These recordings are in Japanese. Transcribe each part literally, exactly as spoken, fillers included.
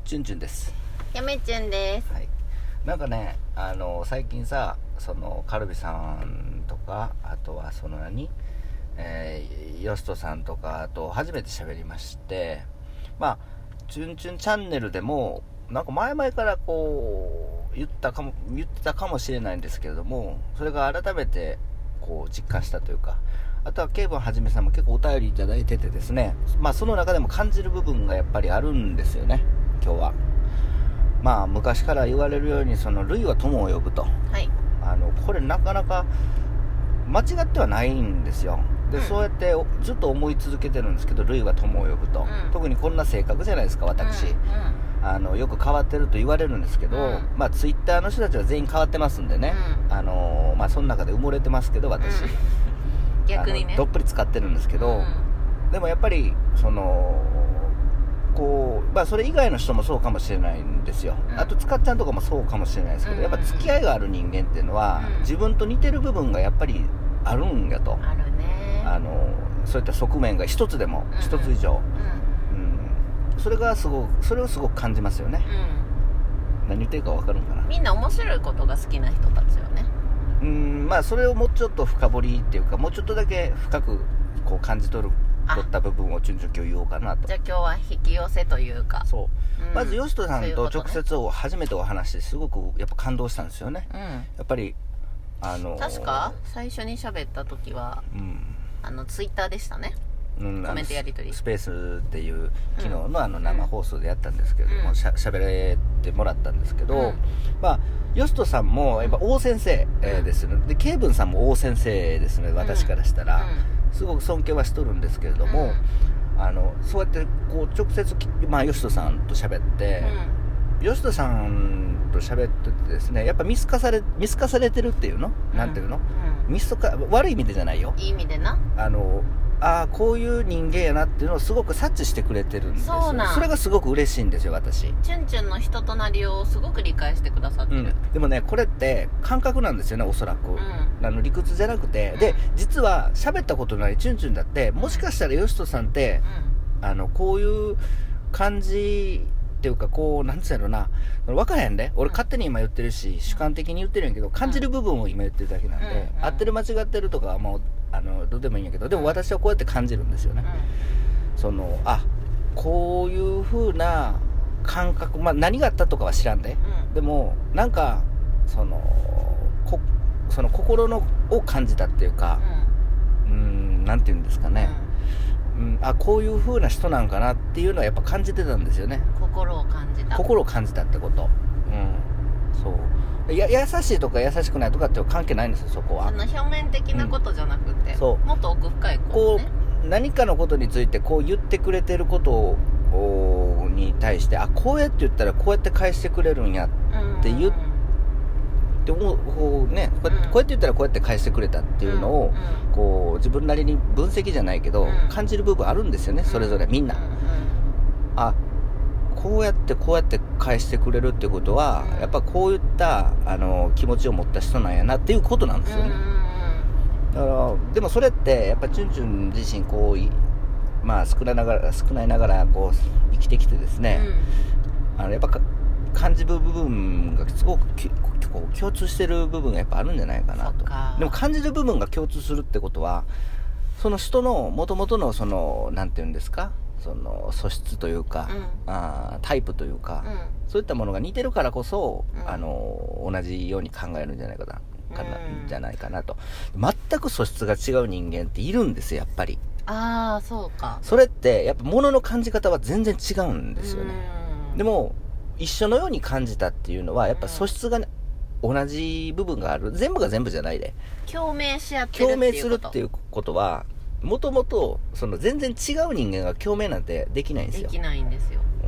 チュンチュンです。 やめちゅんです。 はい。なんかね、あの最近さ、そのカルビさんとか、あとはその何、えー、ヨストさんとかと初めて喋りまして、まあチュンチュンチャンネルでもなんか前々からこう言ったかも言ってたかもしれないんですけれども、それが改めてこう実感したというか。あとはケイブンはじめさんも結構お便りいただいててですね、まあその中でも感じる部分がやっぱりあるんですよね、今日は。まあ昔から言われるように、その類は友を呼ぶと、 はい、 あのこれなかなか間違ってはないんですよ。で、うん、そうやってずっと思い続けてるんですけど、類は友を呼ぶと、うん、特にこんな性格じゃないですか私、うんうん、あのよく変わってると言われるんですけど、うん、まあツイッターの人たちは全員変わってますんでね、うん、あのまあその中で埋もれてますけど私、うん逆にね、 どっぷり使ってるんですけど、うん、でもやっぱりそのこう、まあ、それ以外の人もそうかもしれないんですよ、うん、あとつかっちゃんとかもそうかもしれないですけど、うん、やっぱ付き合いがある人間っていうのは、うん、自分と似てる部分がやっぱりあるんやと、 あるね、 あのそういった側面が一つでも一つ以上、うんうん、それがすごくそれをすごく感じますよね、うん、何言ってるか分かるんかな。 みんな面白いことが好きな人たちよね。 うーん、まあそれをもうちょっと深掘りっていうか、もうちょっとだけ深くこう感じ取る取った部分をチュンチュン今日言おうかなと。 じゃあ今日は引き寄せというか、 そう、うん、まずヨシトさんと直接を初めてお話してすごくやっぱ感動したんですよね、うん、やっぱりあのー、 確か最初に喋った時は、うん、あのツイッターでしたね、うん、コメントやり取りスペースっていう昨日のあの生放送でやったんですけども、うん、しゃ喋れてもらったんですけど、うん、まあヨストさんもやっぱ大先生、うんえー、ですので、ケイブンさんも大先生ですので、私からしたら、うん、すごく尊敬はしとるんですけれども、うん、あのそうやってこう直接、まあ、ヨシトさんと喋って、うん、ヨシトさんと喋っててですね、やっぱ見透かされ見透かされてるっていうの、うん、なんていうの、うん、見透か悪い意味でじゃないよ、 いい意味でな、 あのああこういう人間やなっていうのをすごく察知してくれてるんですよ。 そうなん、 それがすごく嬉しいんですよ私。 チュンチュンの人となりをすごく理解してくださってる、うん、 でもねこれって感覚なんですよね、おそらく、うん、あの理屈じゃなくて、うん、で実は喋ったことないチュンチュンだって、もしかしたらヨシトさんって、うん、あのこういう感じっていうか、こうなんつうやろな、分からへんで、俺勝手に今言ってるし、主観的に言ってるんやけど、感じる部分を今言ってるだけなんで、うん、合ってる間違ってるとかはもうあのどうでもいいんやけど、でも私はこうやって感じるんですよね、うん、そのあこういう風な感覚、まあ何があったとかは知らんで、うん、でもなんかそのこその心のを感じたっていうか、うん、うーんなんていうんですかね、うん、あこういう風な人なんかなっていうのはやっぱ感じてたんですよね。 心を感じた心を感じたってこと、うん、そうや優しいとか優しくないとかって関係ないんですよ、そこは。 その表面的なことじゃなくて、うん、そうもっと奥深いこと、ね、 こう何かのことについてこう言ってくれてることをに対して、あこうやって言ったらこうやって返してくれるんやって言って思う、こうね、こうやって言ったらこうやって返してくれたっていうのを、うん、こう自分なりに分析じゃないけど、うん、感じる部分あるんですよね、それぞれみんな、うん、あこうやってこうやって返してくれるっていうことは、やっぱこういったあの気持ちを持った人なんやなっていうことなんですよね、だからでもそれってやっぱチュンチュン自身こうまあ少ないながら少ないながらこう生きてきてですね、うん、あのやっぱ感じる部分がすごくこう共通してる部分がやっぱあるんじゃないかなと。でも感じる部分が共通するってことは、その人の元々のそのなんていうんですか、その素質というか、うん、あタイプというか、うん、そういったものが似てるからこそ、うん、あの同じように考えるんじゃないかな、かな、うん、じゃないかなと。全く素質が違う人間っているんですよ、やっぱり。 ああそうか。 それってやっぱ物の感じ方は全然違うんですよね。でも一緒のように感じたっていうのはやっぱ素質が、ね、同じ部分がある。全部が全部じゃないで、 共鳴し合ってるっていうこと。 共鳴するっていうことはもともとその全然違う人間が共鳴なんてできないんですよ。 できないんですよ、 うん、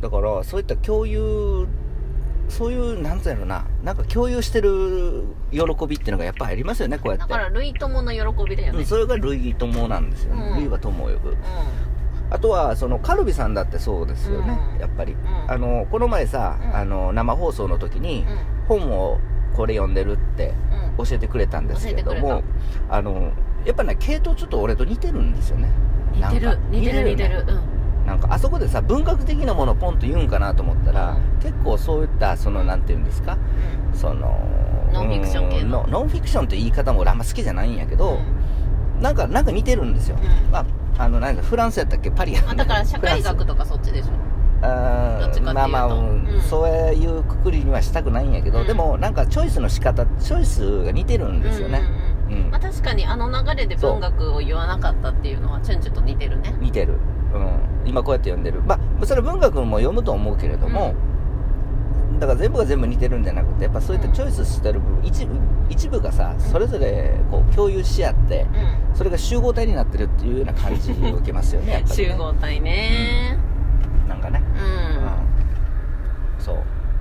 だからそういった共有、そういうなんていうのな、なんか共有してる喜びっていうのがやっぱりありますよね、こうやって。 だから類友の喜びだよね、うん、 それが類友なんですよね、うん、類は友を呼ぶ、うん、あとはそのカルビさんだってそうですよね、うん、やっぱり、うん、あのこの前さ、うん、あの生放送の時に、うん、本をこれ読んでるって教えてくれたんですけども、あのやっぱね系統ちょっと俺と似てるんですよね。 似てる似てる似てる、うん、 なんかあそこでさ文学的なものをポンと言うんかなと思ったら、うん、結構そういったそのなんていうんですか、うん、そのノンフィクション系のノンフィクションという言い方も俺あんま好きじゃないんやけど、うん、なんかなんか似てるんですよ、うん、まああのなんかフランスやったっけパリや、ね、 だから社会学とかそっちでしょ。 あどっちかっていうとまあまあ、うん、そういうくくりにはしたくないんやけど、うん、でもなんかチョイスの仕方チョイスが似てるんですよね、 うんうんうん、まあ、確かにあの流れで文学を言わなかったっていうのはチュンチュと似てるね。 似てる、うん、今こうやって読んでる。まあそれ文学も読むと思うけれども、うん、だから全部が全部似てるんじゃなくてやっぱそういったチョイスしてる部分、一部一部がさそれぞれこう共有し合って、うん、それが集合体になってるっていうような感じを受けますよねやっぱりね。 集合体ね、 うん、なんかね、うん、うん、そう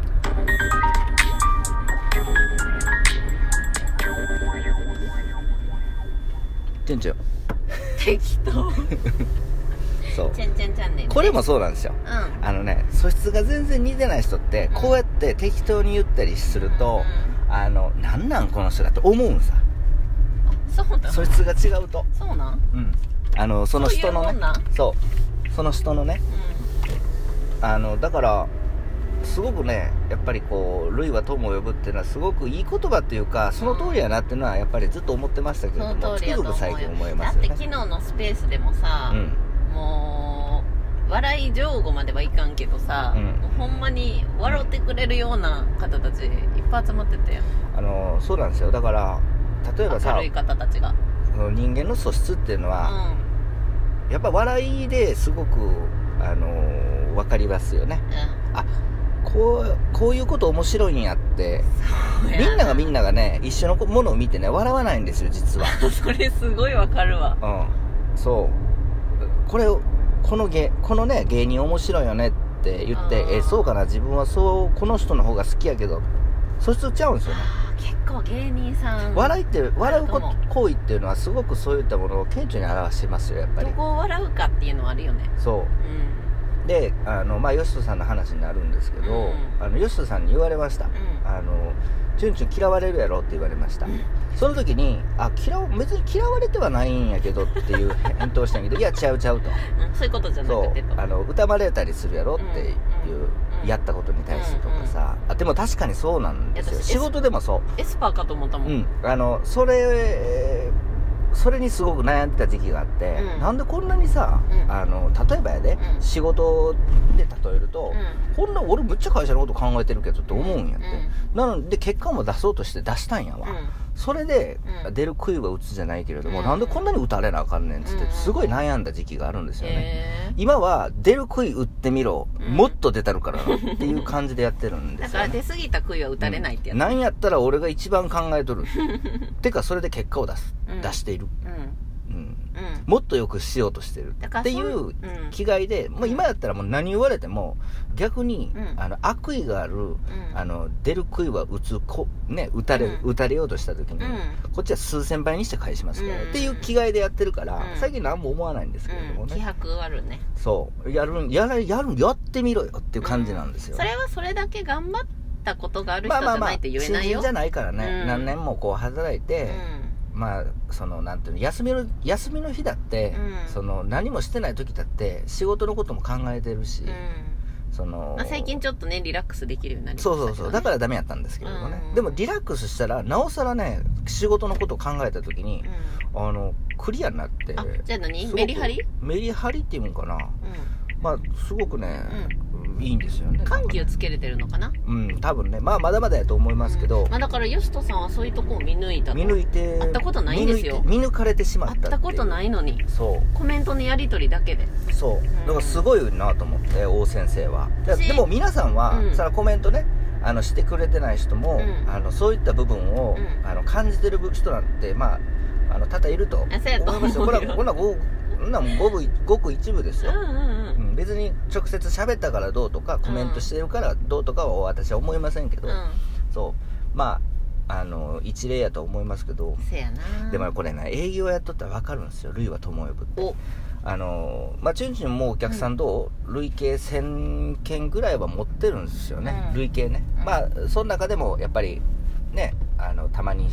チュンチュン適当そうチュンチュンチャンネル、ね、 これもそうなんですよ、うん、あのね素質が全然似てない人ってこうやって適当に言ったりすると、うん、あのなんなんこの人だって思うんさ。 そうだ、 素質が違うと。 そうなん、 うん、あのその人のね、そうその人のね、うん、あのだからすごくねやっぱりこう類は友を呼ぶっていうのはすごくいい言葉っていうかその通りやなっていうのはやっぱりずっと思ってましたけれども、つくづく最近思いますよね。 だって昨日のスペースでもさ、うん、もう笑い上手まではいかんけどさ、うん、もうほんまに笑ってくれるような方たちいっぱい集まってたよ。 あのそうなんですよ。だから例えばさ明るい方たちが人間の素質っていうのは、うん、やっぱ笑いですごくあの分かりますよね、うん、あこう、こういうこと面白いんやってみんながみんながね一緒のものを見てね笑わないんですよ実はそれすごいわかるわ。 うん、そうこれこの芸このね芸人面白いよねって言ってえそうかな自分はそうこの人の方が好きやけどそいつちゃうんですよね。 結構芸人さん笑いって笑う行為っていうのはすごくそういったものを顕著に表してますよやっぱり。 どこを笑うかっていうのはあるよね。 そう、うん、であのまあ吉人さんの話になるんですけど、うん、あの吉人さんに言われました、うん、あのチュンチュン嫌われるやろって言われました、うん、その時にあ嫌別に嫌われてはないんやけどっていう返答したんやけどいやちゃうちゃうと、 うん、そういうことじゃなくてとあの歌まれたりするやろっていう、うん、やったことに対するとかさ、うん、あでも確かにそうなんですよ。仕事でもそうエスパーかと思ったもん、 うん、あのそれそれにすごく悩んでた時期があって、うん、なんでこんなにさ、うん、あの例えばやで、うん、仕事で例えると、うん、こんな俺むっちゃ会社のこと考えてるけどって思うんやって、うん、なので結果も出そうとして出したんやわ、うん、それで、うん、出る杭は打つじゃないけれども、うん、なんでこんなに打たれなあかんねんっつってすごい悩んだ時期があるんですよね、うん、今は出る杭打ってみろ、うん、もっと出たるからっていう感じでやってるんですよ、ね、 だから出過ぎた杭は打たれないってやつ、 うん、なんやったら俺が一番考えとるてかそれで結果を出す、うん、出している、うんうんうん、もっとよくしようとしてるっていう気概で、うん、もう今やったらもう何言われても逆に、うん、あの悪意がある、うん、あの出る杭は打つこ、ね、打たれ、うん、打たれようとした時に、うん、こっちは数千倍にして返しますから、うん、っていう気概でやってるから、うん、最近何も思わないんですけれどもね、 うん、気迫あるね。 そうやるやるやるやってみろよっていう感じなんですよ、 うん、それはそれだけ頑張ったことがある人じゃないって言えないよ。まあまあまあ新人じゃないからね、うん、何年もこう働いて、うん、まあそのなんていうの休みの休みの日だって、うん、その何もしてない時だって仕事のことも考えてるし、うん、そのまあ、最近ちょっとねリラックスできるようになりましたけどね。 そうそうそうだからダメやったんですけれどもね、うん、でもリラックスしたらなおさらね仕事のことを考えた時に、うん、あのクリアになって。 あじゃあ何メリハリメリハリっていうんかな、うん、まあすごくね、うん、いいんですよね。 緩急つけれてるのかな。 うん多分ねまあまだまだやと思いますけど、 うんまあ、だからヨシトさんはそういうとこを見抜いたと。 見抜いて会ったことないんですよ。 見抜かれてしまったっていう。 会ったことないのにそうコメントのやり取りだけでそう、うん、だからすごいなと思って王先生は。でも皆さんは、うん、それはコメントねあのしてくれてない人も、うん、あのそういった部分を、うん、あの感じてる人なんてまああの多々いると思いますよ。これはこんなごくごく一部ですよ、うんうんうん、別に直接喋ったからどうとかコメントしてるからどうとかは私は思いませんけど、うん、そうまああの一例やと思いますけど、 せやな。 でもこれね営業やっとったら分かるんですよ。類は友を呼ぶってあのまあチュンチュンもお客さんどう、うん、累計せんけんぐらいは持ってるんですよね、うん、累計ね、うん、まあその中でもやっぱりねあのたまに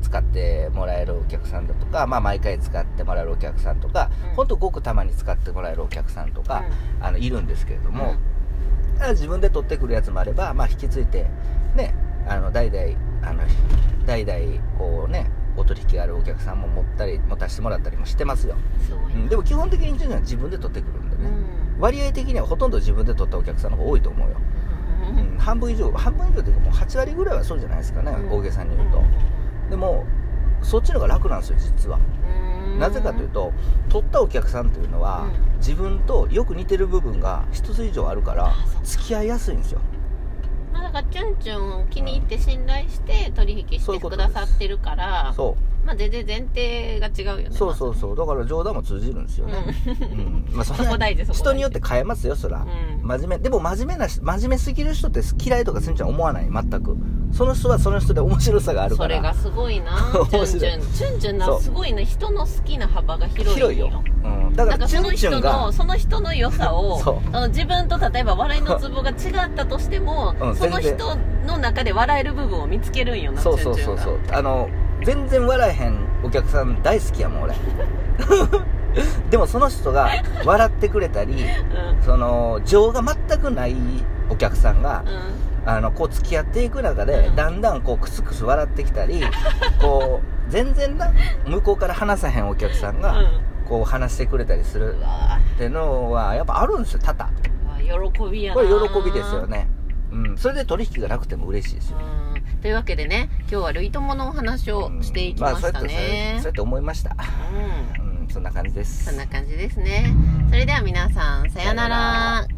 使ってもらえるお客さんだとか、まあ、毎回使ってもらえるお客さんとか、うん、ほんとごくたまに使ってもらえるお客さんとか、うん、あのいるんですけれども、うん、自分で取ってくるやつもあれば、まあ、引き継いでね、あの代々あの代々こうねお取引があるお客さんも持ったり持たせてもらったりもしてますよ。 すごい、 うん、でも基本的に自分で取ってくるんでね、うん、割合的にはほとんど自分で取ったお客さんの方が多いと思うよ、うん、半分以上半分以上というかもうはち割ぐらいはそうじゃないですかね、うん、大げさに言うと。でもそっちの方が楽なんですよ実は。なぜかというと取ったお客さんというのは、うん、自分とよく似てる部分が一つ以上あるから付き合いやすいんですよ。 まあ、だからチュンチュンを気に入って信頼して取引してくださってるから、 そう、 まあ、全然前提が違うよね。 そうそうそう、だから冗談も通じるんですよね、うんうんまあ、そんなそこ大事、そこ大事。 人によって変えますよそら、うん、真面目でも真面目な真面目すぎる人って嫌いとかするんじゃ思わない、全く。その人はその人で面白さがあるから。それがすごいなチュンチュンチュンチュンなすごいな、人の好きな幅が広いよ。 広いよ、うん、だからチュンチュンがその人の良さをあの自分と例えば笑いのツボが違ったとしても、うん、その人の中で笑える部分を見つけるんよな。 そうそうそうそう、あの全然笑えへんお客さん大好きやもん俺でもその人が笑ってくれたり、うん、その情が全くないお客さんが、うん、あのこう付き合っていく中で、うん、だんだんこうクスクス笑ってきたりこう全然な向こうから話さへんお客さんが、うん、こう話してくれたりするってのはやっぱあるんですよ多々。 喜びやな。 これ喜びですよね、うん、それで取引が楽ても嬉しいですよ。 というわけでね、今日は類友のお話をしていきましたね、うんまあ、そうやって、 そうやって思いました、うん、うん、そんな感じです。 そんな感じですね。それでは皆さんさよなら。